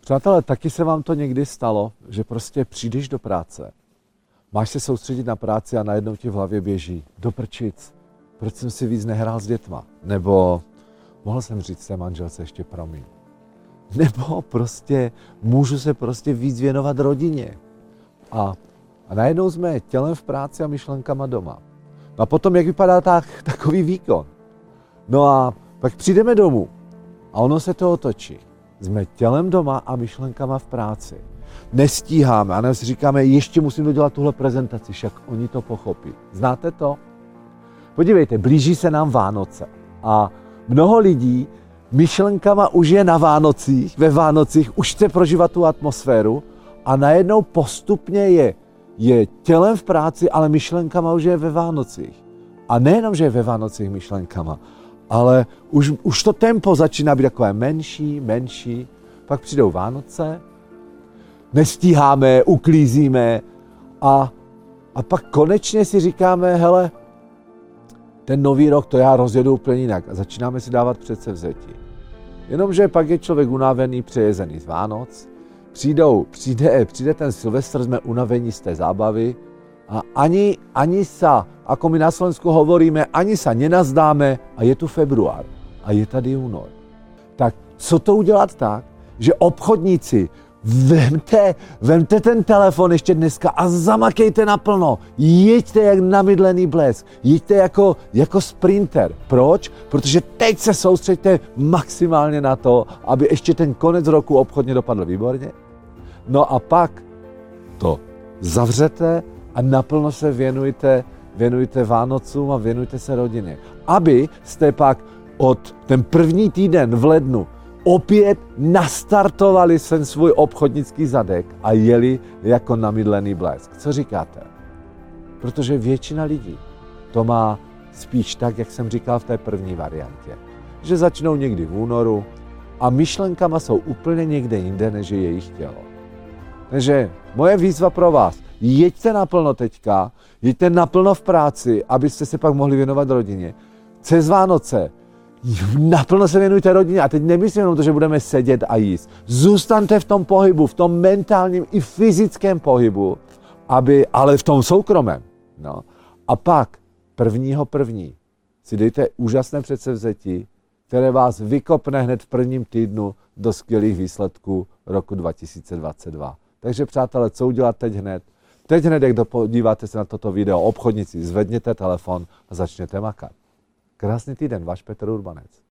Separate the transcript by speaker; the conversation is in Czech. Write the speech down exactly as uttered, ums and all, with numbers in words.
Speaker 1: Přátelé, taky se vám to někdy stalo, že prostě přijdeš do práce, máš se soustředit na práci a najednou ti v hlavě běží do prčic, proč jsem si víc nehrál s dětma, nebo mohl jsem říct té manželce ještě promiň, nebo prostě můžu se prostě víc věnovat rodině. A, a najednou jsme tělem v práci a myšlenkama doma. No a potom, jak vypadá tak, takový výkon? No a pak přijdeme domů a ono se to otočí. Jsme tělem doma a myšlenkama v práci. Nestíháme, a si říkáme, ještě musím dodělat tuhle prezentaci, však oni to pochopí. Znáte to? Podívejte, blíží se nám Vánoce a mnoho lidí myšlenkama už je na Vánocích, ve Vánocích, už chce prožívat tu atmosféru a najednou postupně je, je tělem v práci, ale myšlenkama už je ve Vánocích. A nejenom, že je ve Vánocích myšlenkama, ale už, už to tempo začíná být takové menší, menší. Pak přijdou Vánoce, nestíháme, uklízíme a, a pak konečně si říkáme, hele, ten nový rok to já rozjedu úplně jinak a začínáme si dávat předsevzetí. Jenomže pak je člověk unavený, přejezený z Vánoc, přijdou, přijde, přijde ten Silvestr, jsme unavení z té zábavy a ani, ani sa, ako my na Slovensku hovoríme, ani sa nenazdáme a je tu február a je tady únor. Tak co to udělat tak, že obchodníci, vemte, vemte ten telefon ještě dneska a zamakejte naplno. Jeďte jak namydlený blesk. Jeďte jako, jako sprinter. Proč? Protože teď se soustřeďte maximálně na to, aby ještě ten konec roku obchodně dopadl výborně. No a pak to zavřete a naplno se věnujte, věnujte Vánocům a věnujte se rodině. Aby jste pak od ten první týden v lednu opět nastartovali ten svůj obchodnický zadek a jeli jako namydlený blesk. Co říkáte? Protože většina lidí to má spíš tak, jak jsem říkal v té první variantě. Že začnou někdy v únoru a myšlenkama jsou úplně někde jinde, než je jejich tělo. Takže moje výzva pro vás, jeďte naplno teďka, jeďte naplno v práci, abyste se pak mohli věnovat rodině. Přes Vánoce naplno se věnujte rodině a teď nemyslím jenom to, že budeme sedět a jíst. Zůstaňte v tom pohybu, v tom mentálním i fyzickém pohybu, aby, ale v tom soukromém. No. A pak prvního první si dejte úžasné předsevzetí, které vás vykopne hned v prvním týdnu do skvělých výsledků roku dva tisíce dvacet dva. Takže přátelé, co udělat teď hned? Teď hned, jak podíváte se na toto video, obchodníci, zvedněte telefon a začněte makat. Krásný týden, váš Petr Urbanec.